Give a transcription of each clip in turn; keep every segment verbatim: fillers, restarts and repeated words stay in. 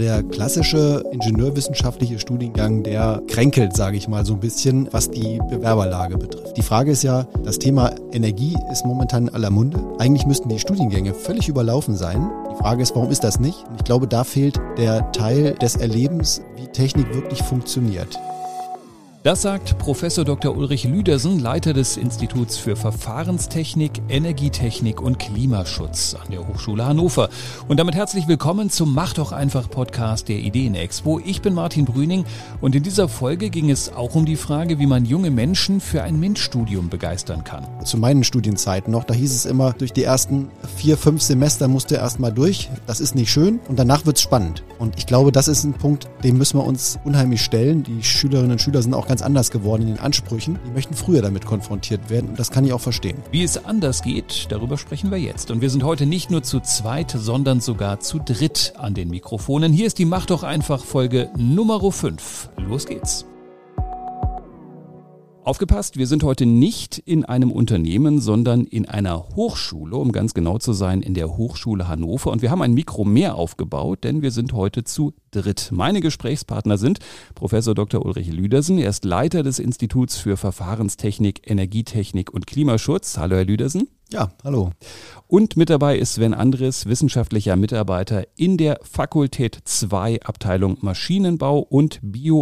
Der klassische ingenieurwissenschaftliche Studiengang, der kränkelt, sage ich mal, so ein bisschen, was die Bewerberlage betrifft. Die Frage ist ja, das Thema Energie ist momentan in aller Munde. Eigentlich müssten die Studiengänge völlig überlaufen sein. Die Frage ist, warum ist das nicht? Und ich glaube, da fehlt der Teil des Erlebens, wie Technik wirklich funktioniert. Das sagt Professor Doktor Ulrich Lüdersen, Leiter des Instituts für Verfahrenstechnik, Energietechnik und Klimaschutz an der Hochschule Hannover. Und damit herzlich willkommen zum Mach doch einfach Podcast der Ideenexpo. Ich bin Martin Brüning und in dieser Folge ging es auch um die Frage, wie man junge Menschen für ein MINT-Studium begeistern kann. Zu meinen Studienzeiten noch, da hieß es immer, durch die ersten vier, fünf Semester musst du erst mal durch. Das ist nicht schön und danach wird's spannend. Und ich glaube, das ist ein Punkt, dem müssen wir uns unheimlich stellen. Die Schülerinnen und Schüler sind auch ganz anders geworden in den Ansprüchen. Die möchten früher damit konfrontiert werden und das kann ich auch verstehen. Wie es anders geht, darüber sprechen wir jetzt. Und wir sind heute nicht nur zu zweit, sondern sogar zu dritt an den Mikrofonen. Hier ist die Mach doch einfach Folge Nummer fünf. Los geht's. Aufgepasst, wir sind heute nicht in einem Unternehmen, sondern in einer Hochschule, um ganz genau zu sein, in der Hochschule Hannover. Und wir haben ein Mikro mehr aufgebaut, denn wir sind heute zu dritt. Meine Gesprächspartner sind Professor Doktor Ulrich Lüdersen. Er ist Leiter des Instituts für Verfahrenstechnik, Energietechnik und Klimaschutz. Hallo, Herr Lüdersen. Ja, hallo. Und mit dabei ist Sven Andres, wissenschaftlicher Mitarbeiter in der Fakultät zwei, Abteilung Maschinenbau und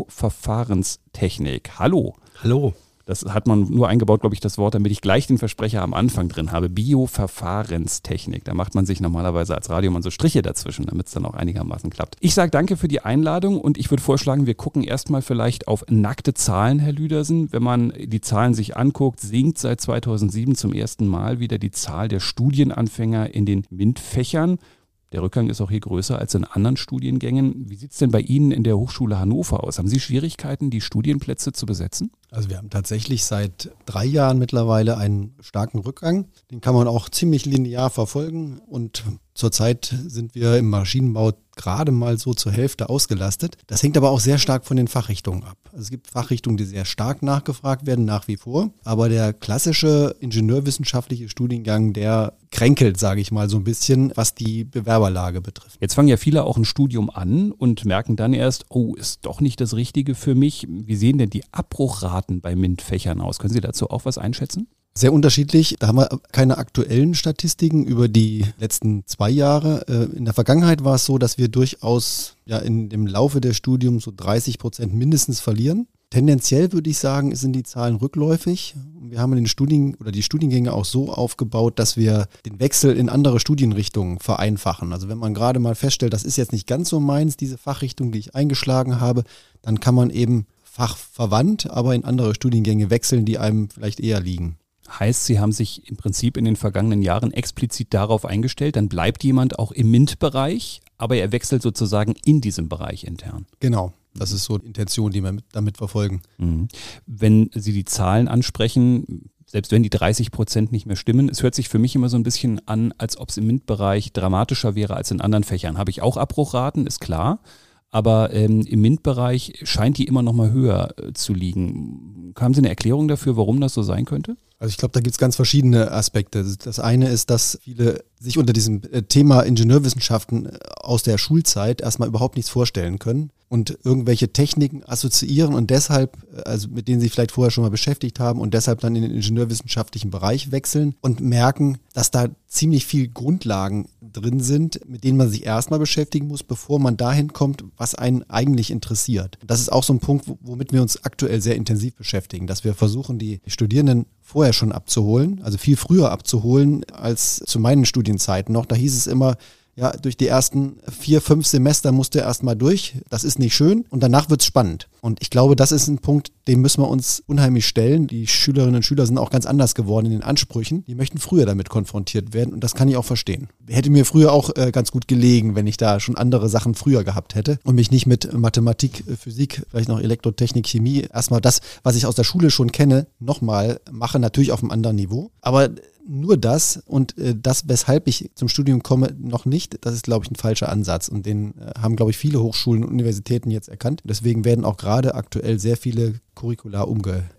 Bioverfahrenstechnik. Hallo. Hallo. Das hat man nur eingebaut, glaube ich, das Wort, damit ich gleich den Versprecher am Anfang drin habe. Bioverfahrenstechnik. Da macht man sich normalerweise als Radiomann so Striche dazwischen, damit es dann auch einigermaßen klappt. Ich sage danke für die Einladung und ich würde vorschlagen, wir gucken erstmal vielleicht auf nackte Zahlen, Herr Lüdersen. Wenn man die Zahlen sich anguckt, sinkt seit zweitausendsieben zum ersten Mal wieder die Zahl der Studienanfänger in den MINT-Fächern. Der Rückgang ist auch hier größer als in anderen Studiengängen. Wie sieht es denn bei Ihnen in der Hochschule Hannover aus? Haben Sie Schwierigkeiten, die Studienplätze zu besetzen? Also wir haben tatsächlich seit drei Jahren mittlerweile einen starken Rückgang. Den kann man auch ziemlich linear verfolgen und zurzeit sind wir im Maschinenbau gerade mal so zur Hälfte ausgelastet. Das hängt aber auch sehr stark von den Fachrichtungen ab. Also es gibt Fachrichtungen, die sehr stark nachgefragt werden, nach wie vor. Aber der klassische ingenieurwissenschaftliche Studiengang, der kränkelt, sage ich mal, so ein bisschen, was die Bewerberlage betrifft. Jetzt fangen ja viele auch ein Studium an und merken dann erst, oh, ist doch nicht das Richtige für mich. Wie sehen denn die Abbruchraten bei MINT-Fächern aus? Können Sie dazu auch was einschätzen? Sehr unterschiedlich. Da haben wir keine aktuellen Statistiken über die letzten zwei Jahre. In der Vergangenheit war es so, dass wir durchaus ja in dem Laufe des Studiums so dreißig Prozent mindestens verlieren. Tendenziell würde ich sagen, sind die Zahlen rückläufig. Wir haben den Studien oder die Studiengänge auch so aufgebaut, dass wir den Wechsel in andere Studienrichtungen vereinfachen. Also wenn man gerade mal feststellt, das ist jetzt nicht ganz so meins, diese Fachrichtung, die ich eingeschlagen habe, dann kann man eben fachverwandt, aber in andere Studiengänge wechseln, die einem vielleicht eher liegen. Heißt, Sie haben sich im Prinzip in den vergangenen Jahren explizit darauf eingestellt, dann bleibt jemand auch im MINT-Bereich, aber er wechselt sozusagen in diesem Bereich intern. Genau, das ist so die Intention, die wir mit, damit verfolgen. Mhm. Wenn Sie die Zahlen ansprechen, selbst wenn die dreißig Prozent nicht mehr stimmen, es hört sich für mich immer so ein bisschen an, als ob es im MINT-Bereich dramatischer wäre als in anderen Fächern. Habe ich auch Abbruchraten, ist klar. Aber ähm, im MINT-Bereich scheint die immer noch mal höher äh, zu liegen. Haben Sie eine Erklärung dafür, warum das so sein könnte? Also ich glaube, da gibt es ganz verschiedene Aspekte. Das eine ist, dass viele sich unter diesem Thema Ingenieurwissenschaften aus der Schulzeit erstmal überhaupt nichts vorstellen können und irgendwelche Techniken assoziieren und deshalb, also mit denen sie vielleicht vorher schon mal beschäftigt haben und deshalb dann in den ingenieurwissenschaftlichen Bereich wechseln und merken, dass da ziemlich viel Grundlagen drin sind, mit denen man sich erstmal beschäftigen muss, bevor man dahin kommt, was einen eigentlich interessiert. Das ist auch so ein Punkt, womit wir uns aktuell sehr intensiv beschäftigen, dass wir versuchen, die Studierenden vorher schon abzuholen, also viel früher abzuholen als zu meinen Studienzeiten noch. Da hieß es immer, ja, durch die ersten vier, fünf Semester musst du erst mal durch. Das ist nicht schön und danach wird's spannend. Und ich glaube, das ist ein Punkt, dem müssen wir uns unheimlich stellen. Die Schülerinnen und Schüler sind auch ganz anders geworden in den Ansprüchen. Die möchten früher damit konfrontiert werden und das kann ich auch verstehen. Hätte mir früher auch äh, ganz gut gelegen, wenn ich da schon andere Sachen früher gehabt hätte und mich nicht mit Mathematik, Physik, vielleicht noch Elektrotechnik, Chemie, erstmal das, was ich aus der Schule schon kenne, nochmal mache, natürlich auf einem anderen Niveau. Aber nur das und äh, das, weshalb ich zum Studium komme, noch nicht, das ist, glaube ich, ein falscher Ansatz und den äh, haben, glaube ich, viele Hochschulen und Universitäten jetzt erkannt. Deswegen werden auch gerade aktuell sehr viele Curricula umgeändert.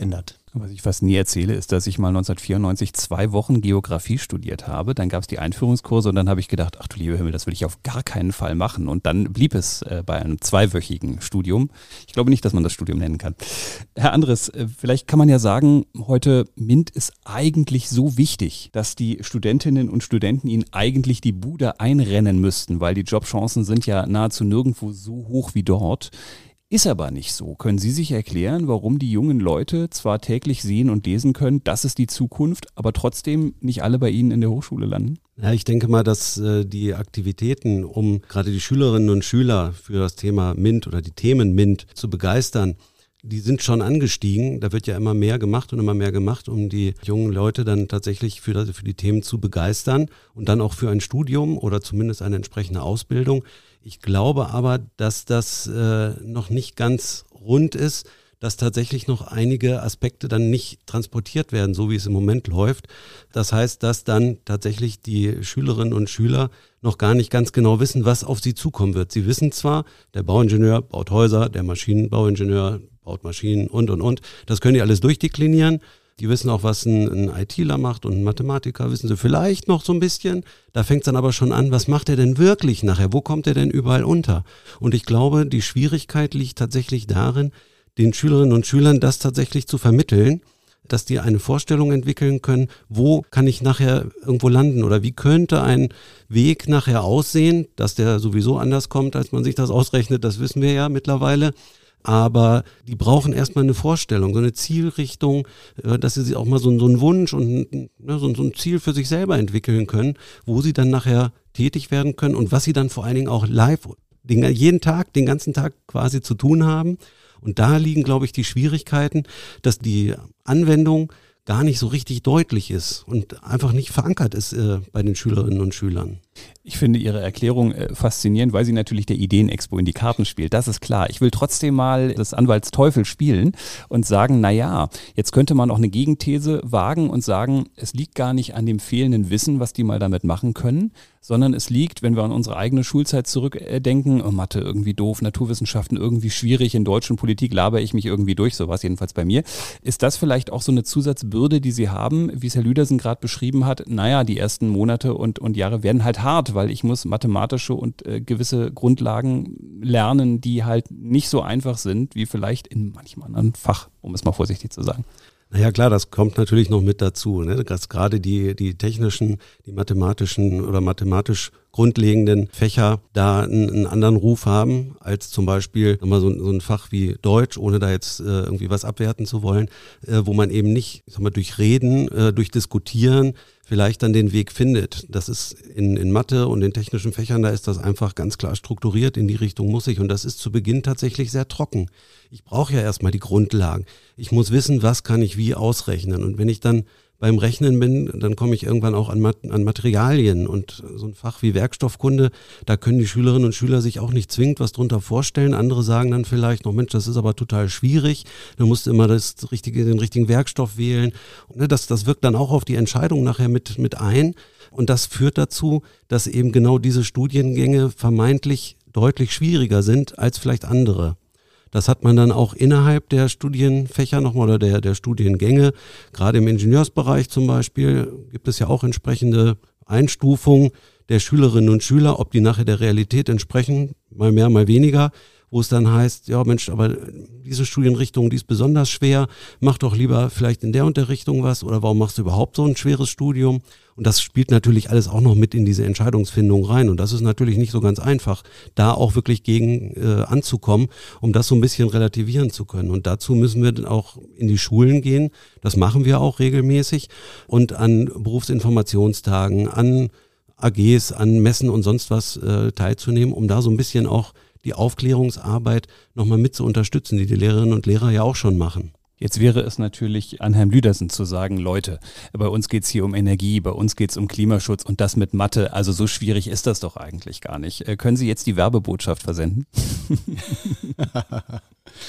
Was ich fast nie erzähle, ist, dass ich mal neunzehnhundertvierundneunzig zwei Wochen Geografie studiert habe. Dann gab es die Einführungskurse und dann habe ich gedacht, ach du lieber Himmel, das will ich auf gar keinen Fall machen. Und dann blieb es äh, bei einem zweiwöchigen Studium. Ich glaube nicht, dass man das Studium nennen kann. Herr Andres, äh, vielleicht kann man ja sagen, heute MINT ist eigentlich so wichtig, dass die Studentinnen und Studenten ihnen eigentlich die Bude einrennen müssten, weil die Jobchancen sind ja nahezu nirgendwo so hoch wie dort. Ist aber nicht so. Können Sie sich erklären, warum die jungen Leute zwar täglich sehen und lesen können, das ist die Zukunft, aber trotzdem nicht alle bei Ihnen in der Hochschule landen? Ja, ich denke mal, dass äh, die Aktivitäten, um gerade die Schülerinnen und Schüler für das Thema MINT oder die Themen MINT zu begeistern, die sind schon angestiegen. Da wird ja immer mehr gemacht und immer mehr gemacht, um die jungen Leute dann tatsächlich für, für die Themen zu begeistern und dann auch für ein Studium oder zumindest eine entsprechende Ausbildung. Ich glaube aber, dass das äh, noch nicht ganz rund ist, dass tatsächlich noch einige Aspekte dann nicht transportiert werden, so wie es im Moment läuft. Das heißt, dass dann tatsächlich die Schülerinnen und Schüler noch gar nicht ganz genau wissen, was auf sie zukommen wird. Sie wissen zwar, der Bauingenieur baut Häuser, der Maschinenbauingenieur baut Maschinen und, und, und. Das können die alles durchdeklinieren. Die wissen auch, was ein, ein ITler macht und ein Mathematiker wissen sie vielleicht noch so ein bisschen. Da fängt es dann aber schon an, was macht er denn wirklich nachher? Wo kommt er denn überall unter? Und ich glaube, die Schwierigkeit liegt tatsächlich darin, den Schülerinnen und Schülern das tatsächlich zu vermitteln, dass die eine Vorstellung entwickeln können, wo kann ich nachher irgendwo landen oder wie könnte ein Weg nachher aussehen, dass der sowieso anders kommt, als man sich das ausrechnet, das wissen wir ja mittlerweile. Aber die brauchen erstmal eine Vorstellung, so eine Zielrichtung, dass sie sich auch mal so, so einen Wunsch und ne, so, so ein Ziel für sich selber entwickeln können, wo sie dann nachher tätig werden können und was sie dann vor allen Dingen auch live den, jeden Tag, den ganzen Tag quasi zu tun haben. Und da liegen, glaube ich, die Schwierigkeiten, dass die Anwendung gar nicht so richtig deutlich ist und einfach nicht verankert ist äh, bei den Schülerinnen und Schülern. Ich finde Ihre Erklärung äh, faszinierend, weil sie natürlich der Ideenexpo in die Karten spielt. Das ist klar. Ich will trotzdem mal das Anwaltsteufel spielen und sagen, na ja, jetzt könnte man auch eine Gegenthese wagen und sagen, es liegt gar nicht an dem fehlenden Wissen, was die mal damit machen können, sondern es liegt, wenn wir an unsere eigene Schulzeit zurückdenken, oh, Mathe irgendwie doof, Naturwissenschaften irgendwie schwierig, in Deutsch und Politik labere ich mich irgendwie durch, so war es jedenfalls bei mir. Ist das vielleicht auch so eine Zusatzbürde, die Sie haben, wie es Herr Lüdersen gerade beschrieben hat? Naja, die ersten Monate und, und Jahre werden halt hart, weil ich muss mathematische und äh, gewisse Grundlagen lernen, die halt nicht so einfach sind, wie vielleicht in manchem anderen Fach, um es mal vorsichtig zu sagen. Naja klar, das kommt natürlich noch mit dazu, ne? Dass gerade die, die technischen, die mathematischen oder mathematisch grundlegenden Fächer da einen, einen anderen Ruf haben, als zum Beispiel mal so, so ein Fach wie Deutsch, ohne da jetzt äh, irgendwie was abwerten zu wollen, äh, wo man eben nicht, ich sag mal, durch Reden, äh, durch Diskutieren vielleicht dann den Weg findet. Das ist in, in Mathe und in technischen Fächern, da ist das einfach ganz klar strukturiert, in die Richtung muss ich. Und das ist zu Beginn tatsächlich sehr trocken. Ich brauche ja erstmal die Grundlagen. Ich muss wissen, was kann ich wie ausrechnen. Und wenn ich dann beim Rechnen bin, dann komme ich irgendwann auch an, Mat- an Materialien und so ein Fach wie Werkstoffkunde, da können die Schülerinnen und Schüler sich auch nicht zwingend was drunter vorstellen. Andere sagen dann vielleicht noch, Mensch, das ist aber total schwierig, da musst du immer das richtige, den richtigen Werkstoff wählen. Und, ne, das, das wirkt dann auch auf die Entscheidung nachher mit, mit ein und das führt dazu, dass eben genau diese Studiengänge vermeintlich deutlich schwieriger sind als vielleicht andere. Das hat man dann auch innerhalb der Studienfächer nochmal oder der, der Studiengänge. Gerade im Ingenieursbereich zum Beispiel gibt es ja auch entsprechende Einstufungen der Schülerinnen und Schüler, ob die nachher der Realität entsprechen, mal mehr, mal weniger, wo es dann heißt, ja Mensch, aber diese Studienrichtung, die ist besonders schwer, mach doch lieber vielleicht in der und der Richtung was oder warum machst du überhaupt so ein schweres Studium? Und das spielt natürlich alles auch noch mit in diese Entscheidungsfindung rein und das ist natürlich nicht so ganz einfach, da auch wirklich gegen äh, anzukommen, um das so ein bisschen relativieren zu können. Und dazu müssen wir dann auch in die Schulen gehen, das machen wir auch regelmäßig und an Berufsinformationstagen, an A Gs, an Messen und sonst was äh, teilzunehmen, um da so ein bisschen auch die Aufklärungsarbeit nochmal mit zu unterstützen, die die Lehrerinnen und Lehrer ja auch schon machen. Jetzt wäre es natürlich an Herrn Lüdersen zu sagen, Leute, bei uns geht es hier um Energie, bei uns geht es um Klimaschutz und das mit Mathe, also so schwierig ist das doch eigentlich gar nicht. Äh, können Sie jetzt die Werbebotschaft versenden?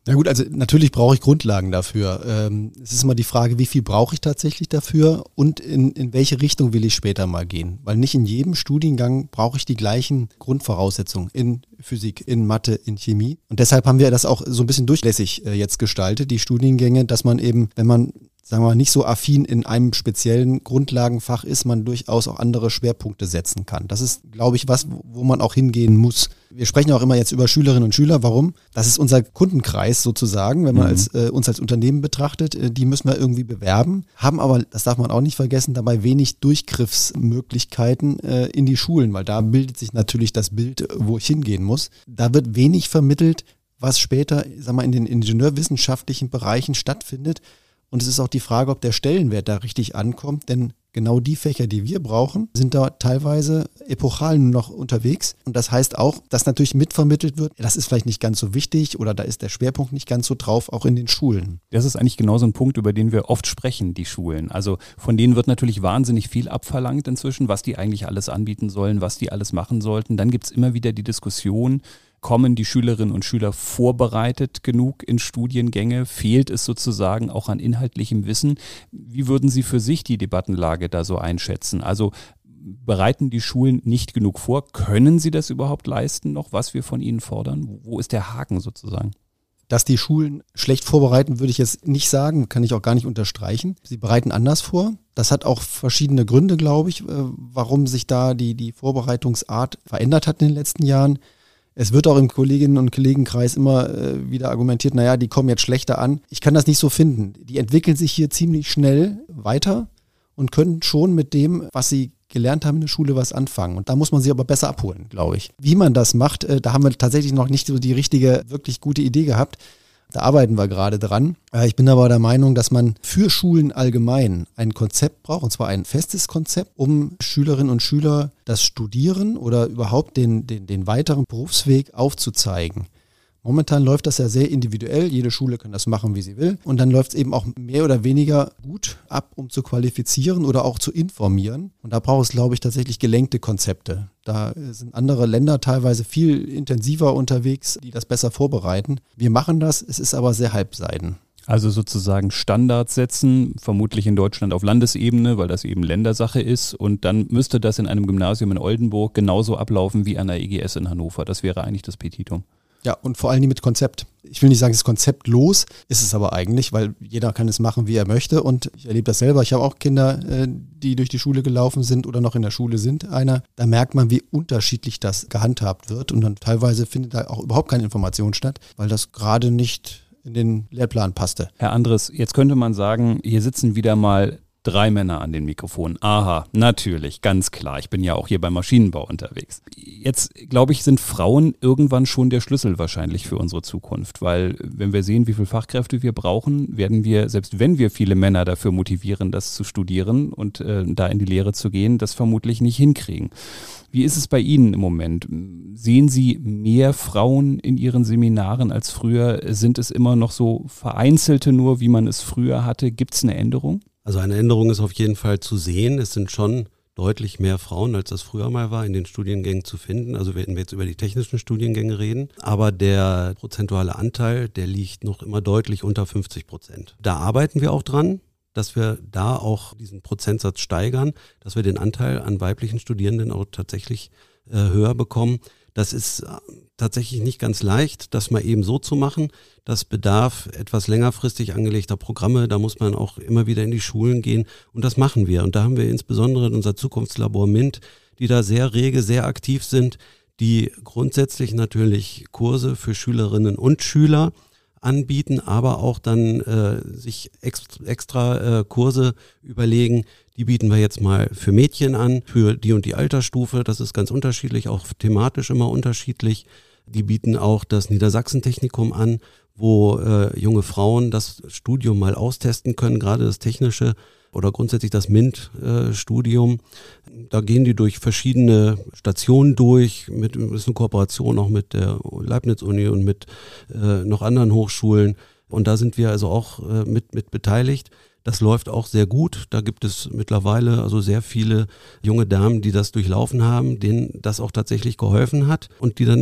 Ja gut, also natürlich brauche ich Grundlagen dafür. Ähm, es ist immer die Frage, wie viel brauche ich tatsächlich dafür und in, in welche Richtung will ich später mal gehen. Weil nicht in jedem Studiengang brauche ich die gleichen Grundvoraussetzungen in Physik, in Mathe, in Chemie. Und deshalb haben wir das auch so ein bisschen durchlässig äh, jetzt gestaltet, die Studiengänge, dass man eben, wenn man sagen wir mal, nicht so affin in einem speziellen Grundlagenfach ist, man durchaus auch andere Schwerpunkte setzen kann. Das ist, glaube ich, was, wo man auch hingehen muss. Wir sprechen auch immer jetzt über Schülerinnen und Schüler. Warum? Das ist unser Kundenkreis sozusagen, wenn man Mhm. als, äh, uns als Unternehmen betrachtet. Äh, die müssen wir irgendwie bewerben, haben aber, das darf man auch nicht vergessen, dabei wenig Durchgriffsmöglichkeiten äh, in die Schulen, weil da bildet sich natürlich das Bild, wo ich hingehen muss. Da wird wenig vermittelt, was später, sag mal, in den ingenieurwissenschaftlichen Bereichen stattfindet. Und es ist auch die Frage, ob der Stellenwert da richtig ankommt, denn genau die Fächer, die wir brauchen, sind da teilweise epochal nur noch unterwegs. Und das heißt auch, dass natürlich mitvermittelt wird, das ist vielleicht nicht ganz so wichtig oder da ist der Schwerpunkt nicht ganz so drauf, auch in den Schulen. Das ist eigentlich genau so ein Punkt, über den wir oft sprechen, die Schulen. Also von denen wird natürlich wahnsinnig viel abverlangt inzwischen, was die eigentlich alles anbieten sollen, was die alles machen sollten. Dann gibt es immer wieder die Diskussion, kommen die Schülerinnen und Schüler vorbereitet genug in Studiengänge? Fehlt es sozusagen auch an inhaltlichem Wissen? Wie würden Sie für sich die Debattenlage da so einschätzen? Also bereiten die Schulen nicht genug vor? Können sie das überhaupt leisten noch, was wir von ihnen fordern? Wo ist der Haken sozusagen? Dass die Schulen schlecht vorbereiten, würde ich jetzt nicht sagen, kann ich auch gar nicht unterstreichen. Sie bereiten anders vor. Das hat auch verschiedene Gründe, glaube ich, warum sich da die, die Vorbereitungsart verändert hat in den letzten Jahren. Es wird auch im Kolleginnen- und Kollegenkreis immer äh, wieder argumentiert, naja, die kommen jetzt schlechter an. Ich kann das nicht so finden. Die entwickeln sich hier ziemlich schnell weiter und können schon mit dem, was sie gelernt haben in der Schule, was anfangen. Und da muss man sie aber besser abholen, glaube ich. Wie man das macht, äh, da haben wir tatsächlich noch nicht so die richtige, wirklich gute Idee gehabt. Da arbeiten wir gerade dran. Ich bin aber der Meinung, dass man für Schulen allgemein ein Konzept braucht, und zwar ein festes Konzept, um Schülerinnen und Schüler das Studieren oder überhaupt den, den, den weiteren Berufsweg aufzuzeigen. Momentan läuft das ja sehr individuell, jede Schule kann das machen, wie sie will. Und dann läuft es eben auch mehr oder weniger gut ab, um zu qualifizieren oder auch zu informieren. Und da braucht es, glaube ich, tatsächlich gelenkte Konzepte. Da sind andere Länder teilweise viel intensiver unterwegs, die das besser vorbereiten. Wir machen das, es ist aber sehr halbseiden. Also sozusagen Standards setzen, vermutlich in Deutschland auf Landesebene, weil das eben Ländersache ist. Und dann müsste das in einem Gymnasium in Oldenburg genauso ablaufen wie an der E G S in Hannover. Das wäre eigentlich das Petitum. Ja, und vor allem mit Konzept. Ich will nicht sagen, es ist konzeptlos, ist es aber eigentlich, weil jeder kann es machen, wie er möchte. Und ich erlebe das selber. Ich habe auch Kinder, die durch die Schule gelaufen sind oder noch in der Schule sind. Einer, da merkt man, wie unterschiedlich das gehandhabt wird. Und dann teilweise findet da auch überhaupt keine Information statt, weil das gerade nicht in den Lehrplan passte. Herr Andres, jetzt könnte man sagen, hier sitzen wieder mal drei Männer an den Mikrofonen. Aha, natürlich, ganz klar. Ich bin ja auch hier beim Maschinenbau unterwegs. Jetzt, glaube ich, sind Frauen irgendwann schon der Schlüssel wahrscheinlich für unsere Zukunft, weil wenn wir sehen, wie viele Fachkräfte wir brauchen, werden wir, selbst wenn wir viele Männer dafür motivieren, das zu studieren und äh, da in die Lehre zu gehen, das vermutlich nicht hinkriegen. Wie ist es bei Ihnen im Moment? Sehen Sie mehr Frauen in Ihren Seminaren als früher? Sind es immer noch so vereinzelte nur, wie man es früher hatte? Gibt es eine Änderung? Also eine Änderung ist auf jeden Fall zu sehen. Es sind schon deutlich mehr Frauen, als das früher mal war, in den Studiengängen zu finden. Also wenn wir jetzt über die technischen Studiengänge reden. Aber der prozentuale Anteil, der liegt noch immer deutlich unter fünfzig Prozent. Da arbeiten wir auch dran, dass wir da auch diesen Prozentsatz steigern, dass wir den Anteil an weiblichen Studierenden auch tatsächlich äh, höher bekommen. Das ist tatsächlich nicht ganz leicht, das mal eben so zu machen. Das bedarf etwas längerfristig angelegter Programme. Da muss man auch immer wieder in die Schulen gehen und das machen wir. Und da haben wir insbesondere unser Zukunftslabor MINT, die da sehr rege, sehr aktiv sind, die grundsätzlich natürlich Kurse für Schülerinnen und Schüler anbieten, aber auch dann äh, sich extra, extra äh, Kurse überlegen. Die bieten wir jetzt mal für Mädchen an, für die und die Altersstufe. Das ist ganz unterschiedlich, auch thematisch immer unterschiedlich. Die bieten auch das Niedersachsen-Technikum an, wo äh, junge Frauen das Studium mal austesten können, gerade das technische oder grundsätzlich das MINT-Studium. Äh, da gehen die durch verschiedene Stationen durch, mit ist eine Kooperation auch mit der Leibniz-Uni und mit äh, noch anderen Hochschulen. Und da sind wir also auch äh, mit, mit beteiligt. Das läuft auch sehr gut. Da gibt es mittlerweile also sehr viele junge Damen, die das durchlaufen haben, denen das auch tatsächlich geholfen hat und die dann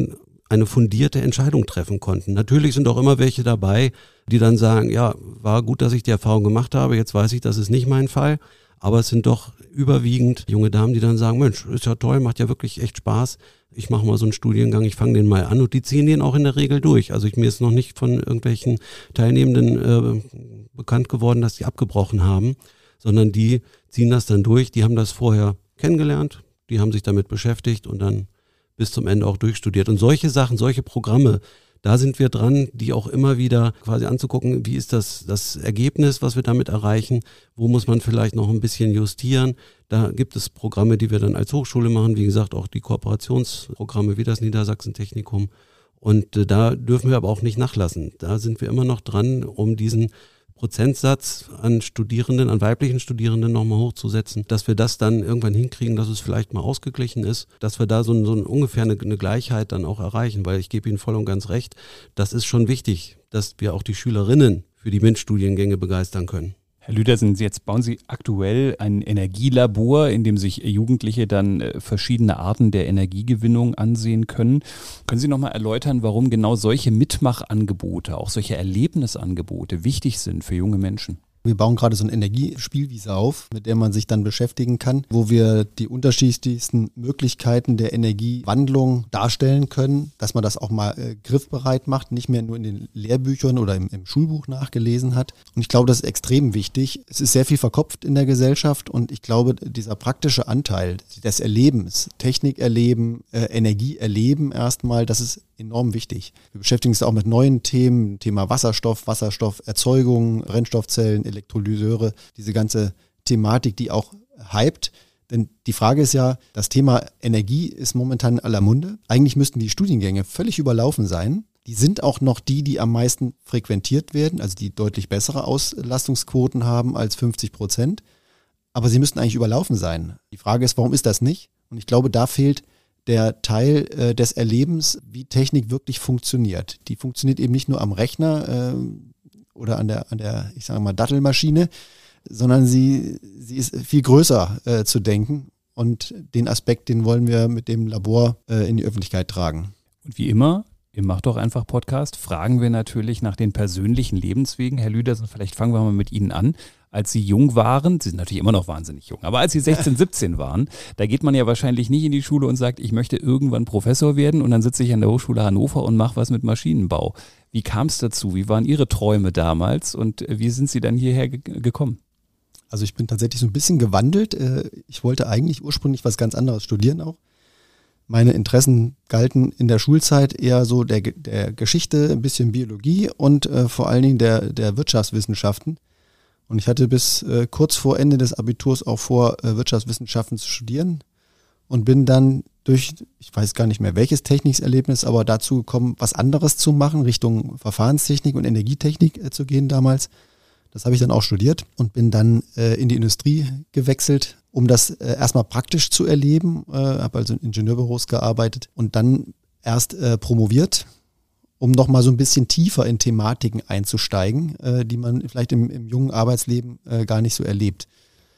eine fundierte Entscheidung treffen konnten. Natürlich sind auch immer welche dabei, die dann sagen, ja, war gut, dass ich die Erfahrung gemacht habe, jetzt weiß ich, das ist nicht mein Fall. Aber es sind doch überwiegend junge Damen, die dann sagen, Mensch, ist ja toll, macht ja wirklich echt Spaß. Ich mache mal so einen Studiengang, ich fange den mal an und die ziehen den auch in der Regel durch. Also ich, mir ist noch nicht von irgendwelchen Teilnehmenden äh, bekannt geworden, dass die abgebrochen haben, sondern die ziehen das dann durch. Die haben das vorher kennengelernt, die haben sich damit beschäftigt und dann bis zum Ende auch durchstudiert. Und solche Sachen, solche Programme, da sind wir dran, die auch immer wieder quasi anzugucken, wie ist das, das Ergebnis, was wir damit erreichen, wo muss man vielleicht noch ein bisschen justieren. Da gibt es Programme, die wir dann als Hochschule machen, wie gesagt auch die Kooperationsprogramme wie das Niedersachsen-Technikum. Und äh, da dürfen wir aber auch nicht nachlassen. Da sind wir immer noch dran, um diesen Prozentsatz an Studierenden, an weiblichen Studierenden nochmal hochzusetzen, dass wir das dann irgendwann hinkriegen, dass es vielleicht mal ausgeglichen ist, dass wir da so, ein, so ein ungefähr eine, eine Gleichheit dann auch erreichen, weil ich gebe Ihnen voll und ganz recht, das ist schon wichtig, dass wir auch die Schülerinnen für die MINT-Studiengänge begeistern können. Herr Lüdersen, jetzt bauen Sie aktuell ein Energielabor, in dem sich Jugendliche dann verschiedene Arten der Energiegewinnung ansehen können. Können Sie nochmal erläutern, warum genau solche Mitmachangebote, auch solche Erlebnisangebote wichtig sind für junge Menschen? Wir bauen gerade so eine Energiespielwiese auf, mit der man sich dann beschäftigen kann, wo wir die unterschiedlichsten Möglichkeiten der Energiewandlung darstellen können, dass man das auch mal äh, griffbereit macht, nicht mehr nur in den Lehrbüchern oder im, im Schulbuch nachgelesen hat. Und ich glaube, das ist extrem wichtig. Es ist sehr viel verkopft in der Gesellschaft und ich glaube, dieser praktische Anteil des Erlebens, Technik erleben, äh, Energie erleben erstmal, das ist enorm wichtig. Wir beschäftigen uns auch mit neuen Themen, Thema Wasserstoff, Wasserstofferzeugung, Brennstoffzellen, Elektrolyseure, diese ganze Thematik, die auch hypt. Denn die Frage ist ja, das Thema Energie ist momentan in aller Munde. Eigentlich müssten die Studiengänge völlig überlaufen sein. Die sind auch noch die, die am meisten frequentiert werden, also die deutlich bessere Auslastungsquoten haben als fünfzig Prozent. Aber sie müssten eigentlich überlaufen sein. Die Frage ist, warum ist das nicht? Und ich glaube, da fehlt der Teil äh, des Erlebens, wie Technik wirklich funktioniert. Die funktioniert eben nicht nur am Rechner äh, oder an der, an der, ich sage mal, Dattelmaschine, sondern sie, sie ist viel größer äh, zu denken. Und den Aspekt, den wollen wir mit dem Labor äh, in die Öffentlichkeit tragen. Und wie immer, im Mach doch einfach Podcast, fragen wir natürlich nach den persönlichen Lebenswegen. Herr Lüdersen, vielleicht fangen wir mal mit Ihnen an. Als Sie jung waren, Sie sind natürlich immer noch wahnsinnig jung, aber als Sie sechzehn, siebzehn waren, da geht man ja wahrscheinlich nicht in die Schule und sagt, ich möchte irgendwann Professor werden und dann sitze ich an der Hochschule Hannover und mache was mit Maschinenbau. Wie kam es dazu? Wie waren Ihre Träume damals und wie sind Sie dann hierher ge- gekommen? Also ich bin tatsächlich so ein bisschen gewandelt. Ich wollte eigentlich ursprünglich was ganz anderes studieren auch. Meine Interessen galten in der Schulzeit eher so der, der Geschichte, ein bisschen Biologie und äh, vor allen Dingen der, der Wirtschaftswissenschaften. Und ich hatte bis äh, kurz vor Ende des Abiturs auch vor, äh, Wirtschaftswissenschaften zu studieren und bin dann durch, ich weiß gar nicht mehr welches Technikerlebnis, aber dazu gekommen, was anderes zu machen, Richtung Verfahrenstechnik und Energietechnik äh, zu gehen damals. Das habe ich dann auch studiert und bin dann äh, in die Industrie gewechselt, um das äh, erstmal praktisch zu erleben. Äh, habe also in Ingenieurbüros gearbeitet und dann erst äh, promoviert, um nochmal so ein bisschen tiefer in Thematiken einzusteigen, äh, die man vielleicht im, im jungen Arbeitsleben äh, gar nicht so erlebt.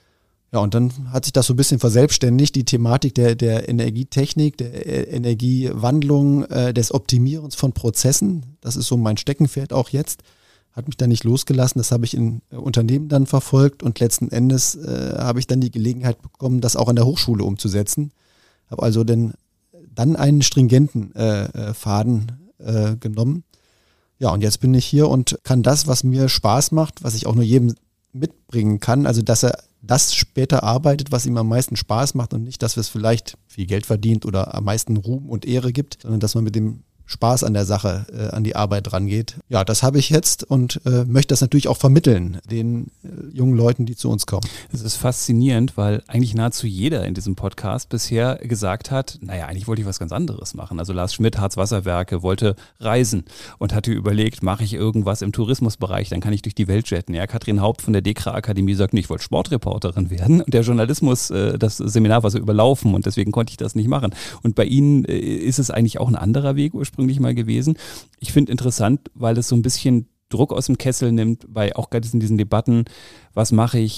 Ja, und dann hat sich das so ein bisschen verselbstständigt, die Thematik der, der Energietechnik, der äh, Energiewandlung, äh, des Optimierens von Prozessen. Das ist so mein Steckenpferd auch jetzt. Hat mich da nicht losgelassen, das habe ich in äh, Unternehmen dann verfolgt und letzten Endes äh, habe ich dann die Gelegenheit bekommen, das auch an der Hochschule umzusetzen. Habe also den, dann einen stringenten äh, äh, Faden äh, genommen. Ja, und jetzt bin ich hier und kann das, was mir Spaß macht, was ich auch nur jedem mitbringen kann, also dass er das später arbeitet, was ihm am meisten Spaß macht und nicht, dass es vielleicht viel Geld verdient oder am meisten Ruhm und Ehre gibt, sondern dass man mit dem Spaß an der Sache, äh, an die Arbeit rangeht. Ja, das habe ich jetzt und äh, möchte das natürlich auch vermitteln, den äh, jungen Leuten, die zu uns kommen. Es ist faszinierend, weil eigentlich nahezu jeder in diesem Podcast bisher gesagt hat, naja, eigentlich wollte ich was ganz anderes machen. Also Lars Schmidt, Harz-Wasserwerke, wollte reisen und hatte überlegt, mache ich irgendwas im Tourismusbereich, dann kann ich durch die Welt jetten. Ja, Katrin Haupt von der DEKRA-Akademie sagt, ich wollte Sportreporterin werden und der Journalismus, äh, das Seminar war so überlaufen und deswegen konnte ich das nicht machen. Und bei Ihnen äh, ist es eigentlich auch ein anderer Weg ursprünglich mal gewesen. Ich finde interessant, weil es so ein bisschen Druck aus dem Kessel nimmt, bei auch gerade in diesen Debatten, was mache ich,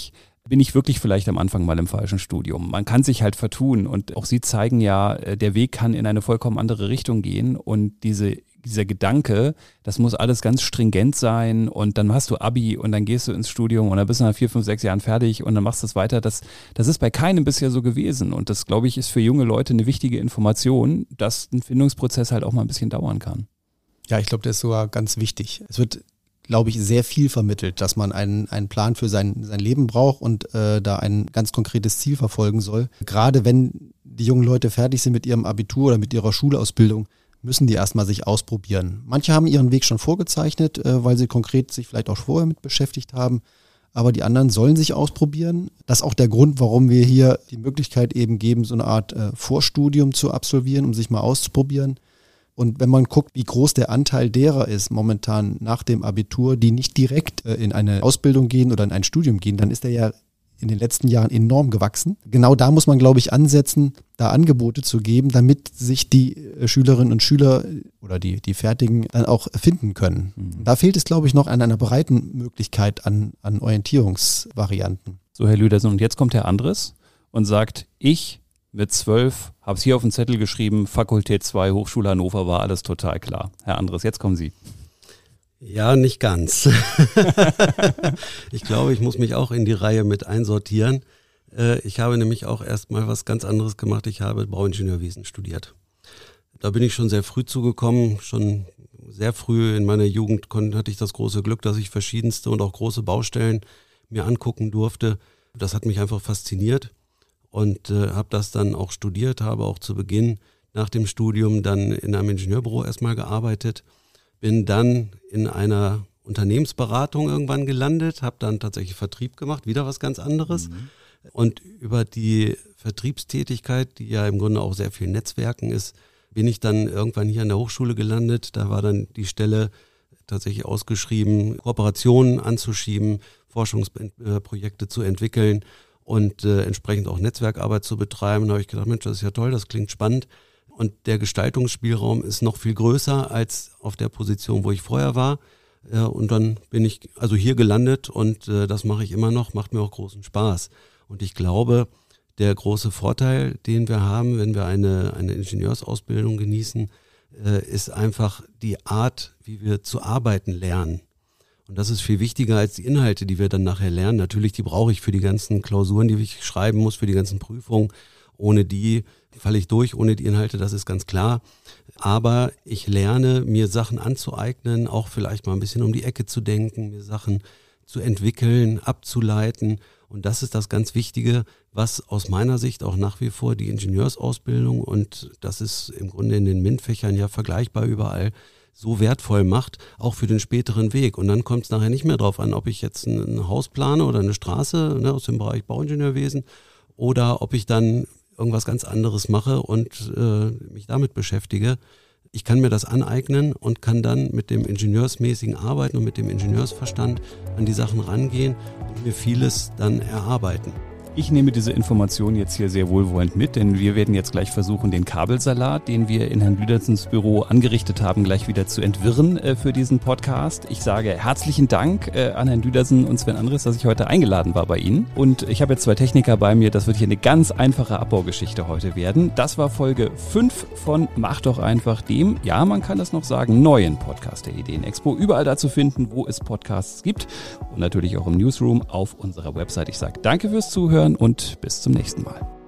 bin ich wirklich vielleicht am Anfang mal im falschen Studium. Man kann sich halt vertun und auch Sie zeigen ja, der Weg kann in eine vollkommen andere Richtung gehen und diese, dieser Gedanke, das muss alles ganz stringent sein und dann hast du Abi und dann gehst du ins Studium und dann bist du nach vier, fünf, sechs Jahren fertig und dann machst du es weiter. Das, das ist bei keinem bisher so gewesen und das, glaube ich, ist für junge Leute eine wichtige Information, dass ein Findungsprozess halt auch mal ein bisschen dauern kann. Ja, ich glaube, das ist sogar ganz wichtig. Es wird, glaube ich, sehr viel vermittelt, dass man einen, einen Plan für sein, sein Leben braucht und äh, da ein ganz konkretes Ziel verfolgen soll. Gerade wenn die jungen Leute fertig sind mit ihrem Abitur oder mit ihrer Schulausbildung, müssen die erstmal sich ausprobieren. Manche haben ihren Weg schon vorgezeichnet, äh, weil sie konkret sich vielleicht auch vorher mit beschäftigt haben. Aber die anderen sollen sich ausprobieren. Das ist auch der Grund, warum wir hier die Möglichkeit eben geben, so eine Art äh, Vorstudium zu absolvieren, um sich mal auszuprobieren. Und wenn man guckt, wie groß der Anteil derer ist momentan nach dem Abitur, die nicht direkt äh, in eine Ausbildung gehen oder in ein Studium gehen, dann ist der ja in den letzten Jahren enorm gewachsen. Genau da muss man, glaube ich, ansetzen, da Angebote zu geben, damit sich die äh, Schülerinnen und Schüler oder die, die Fertigen dann auch finden können. Mhm. Da fehlt es, glaube ich, noch an einer breiten Möglichkeit an, an Orientierungsvarianten. So, Herr Lüdersen, und jetzt kommt Herr Andres und sagt, ich mit zwölf, habe es hier auf den Zettel geschrieben, Fakultät zwei, Hochschule Hannover, war alles total klar. Herr Andres, jetzt kommen Sie. Ja, nicht ganz. Ich glaube, ich muss mich auch in die Reihe mit einsortieren. Ich habe nämlich auch erstmal was ganz anderes gemacht. Ich habe Bauingenieurwesen studiert. Da bin ich schon sehr früh zugekommen. Schon sehr früh in meiner Jugend hatte ich das große Glück, dass ich verschiedenste und auch große Baustellen mir angucken durfte. Das hat mich einfach fasziniert. Und äh, habe das dann auch studiert, habe auch zu Beginn nach dem Studium dann in einem Ingenieurbüro erstmal gearbeitet, bin dann in einer Unternehmensberatung irgendwann gelandet, habe dann tatsächlich Vertrieb gemacht, wieder was ganz anderes. Mhm. Und über die Vertriebstätigkeit, die ja im Grunde auch sehr viel Netzwerken ist, bin ich dann irgendwann hier an der Hochschule gelandet. Da war dann die Stelle tatsächlich ausgeschrieben, Kooperationen anzuschieben, Forschungsprojekte zu entwickeln und äh, entsprechend auch Netzwerkarbeit zu betreiben. Da habe ich gedacht, Mensch, das ist ja toll, das klingt spannend. Und der Gestaltungsspielraum ist noch viel größer als auf der Position, wo ich vorher war. Äh, und dann bin ich also hier gelandet und äh, das mache ich immer noch, macht mir auch großen Spaß. Und ich glaube, der große Vorteil, den wir haben, wenn wir eine, eine Ingenieursausbildung genießen, äh, ist einfach die Art, wie wir zu arbeiten lernen. Und das ist viel wichtiger als die Inhalte, die wir dann nachher lernen. Natürlich, die brauche ich für die ganzen Klausuren, die ich schreiben muss, für die ganzen Prüfungen. Ohne die falle ich durch, ohne die Inhalte, das ist ganz klar. Aber ich lerne, mir Sachen anzueignen, auch vielleicht mal ein bisschen um die Ecke zu denken, mir Sachen zu entwickeln, abzuleiten. Und das ist das ganz Wichtige, was aus meiner Sicht auch nach wie vor die Ingenieursausbildung, und das ist im Grunde in den MINT-Fächern ja vergleichbar überall, so wertvoll macht, auch für den späteren Weg. Und dann kommt es nachher nicht mehr drauf an, ob ich jetzt ein, ein Haus plane oder eine Straße, ne, aus dem Bereich Bauingenieurwesen, oder ob ich dann irgendwas ganz anderes mache und äh, mich damit beschäftige. Ich kann mir das aneignen und kann dann mit dem ingenieursmäßigen Arbeiten und mit dem Ingenieursverstand an die Sachen rangehen und mir vieles dann erarbeiten. Ich nehme diese Information jetzt hier sehr wohlwollend mit, denn wir werden jetzt gleich versuchen, den Kabelsalat, den wir in Herrn Lüdersens Büro angerichtet haben, gleich wieder zu entwirren äh, für diesen Podcast. Ich sage herzlichen Dank äh, an Herrn Lüdersen und Sven Andres, dass ich heute eingeladen war bei Ihnen. Und ich habe jetzt zwei Techniker bei mir, das wird hier eine ganz einfache Abbaugeschichte heute werden. Das war Folge fünf von Mach doch einfach, dem, ja, man kann das noch sagen, neuen Podcast der Ideen-Expo. Überall da zu finden, wo es Podcasts gibt und natürlich auch im Newsroom auf unserer Website. Ich sage danke fürs Zuhören und bis zum nächsten Mal.